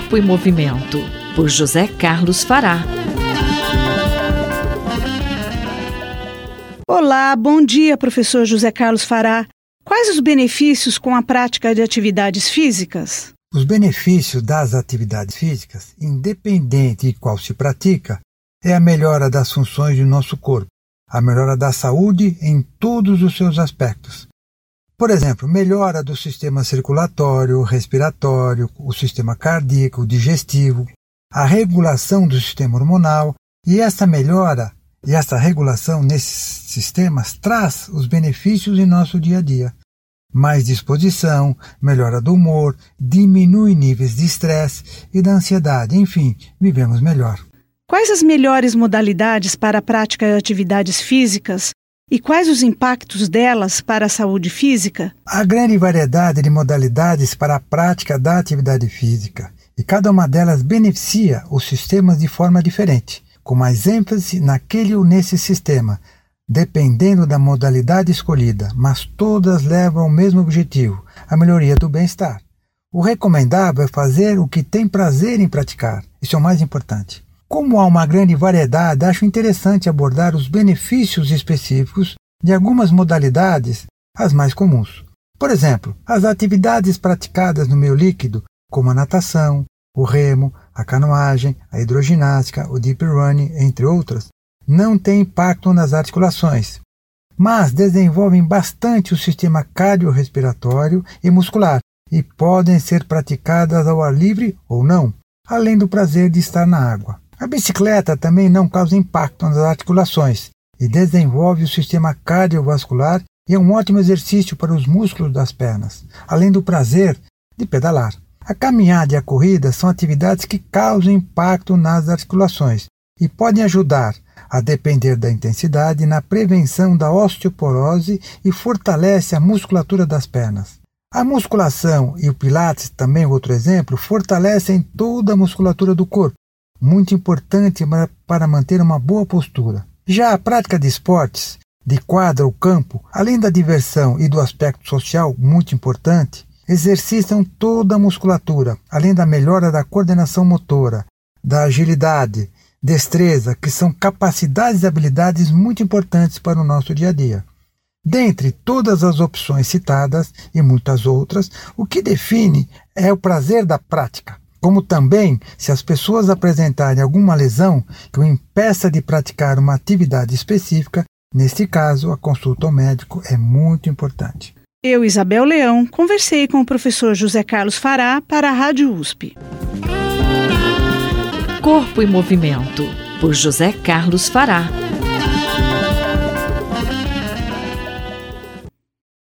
Corpo em Movimento, por José Carlos Fará. Olá, bom dia, professor José Carlos Fará. Quais os benefícios com a prática de atividades físicas? Os benefícios das atividades físicas, independente de qual se pratica, é a melhora das funções do nosso corpo, a melhora da saúde em todos os seus aspectos. Por exemplo, melhora do sistema circulatório, respiratório, o sistema cardíaco, digestivo, a regulação do sistema hormonal, e essa melhora e essa regulação nesses sistemas traz os benefícios em nosso dia a dia. Mais disposição, melhora do humor, diminui níveis de estresse e da ansiedade, enfim, vivemos melhor. Quais as melhores modalidades para a prática de atividades físicas e quais os impactos delas para a saúde física? Há grande variedade de modalidades para a prática da atividade física e cada uma delas beneficia os sistemas de forma diferente, com mais ênfase naquele ou nesse sistema, dependendo da modalidade escolhida, mas todas levam ao mesmo objetivo, a melhoria do bem-estar. O recomendável é fazer o que tem prazer em praticar, isso é o mais importante. Como há uma grande variedade, acho interessante abordar os benefícios específicos de algumas modalidades, as mais comuns. Por exemplo, as atividades praticadas no meio líquido, como a natação, o remo, a canoagem, a hidroginástica, o deep running, entre outras, não têm impacto nas articulações, mas desenvolvem bastante o sistema cardiorrespiratório e muscular e podem ser praticadas ao ar livre ou não, além do prazer de estar na água. A bicicleta também não causa impacto nas articulações e desenvolve o sistema cardiovascular e é um ótimo exercício para os músculos das pernas, além do prazer de pedalar. A caminhada e a corrida são atividades que causam impacto nas articulações e podem ajudar, a depender da intensidade, na prevenção da osteoporose e fortalece a musculatura das pernas. A musculação e o pilates, também outro exemplo, fortalecem toda a musculatura do corpo, muito importante para manter uma boa postura. Já a prática de esportes, de quadra ou campo, além da diversão e do aspecto social muito importante, exercitam toda a musculatura, além da melhora da coordenação motora, da agilidade, destreza, que são capacidades e habilidades muito importantes para o nosso dia a dia. Dentre todas as opções citadas e muitas outras, o que define é o prazer da prática, como também se as pessoas apresentarem alguma lesão que o impeça de praticar uma atividade específica, neste caso, a consulta ao médico é muito importante. Eu, Isabel Leão, conversei com o professor José Carlos Fará para a Rádio USP. Corpo em Movimento, por José Carlos Fará.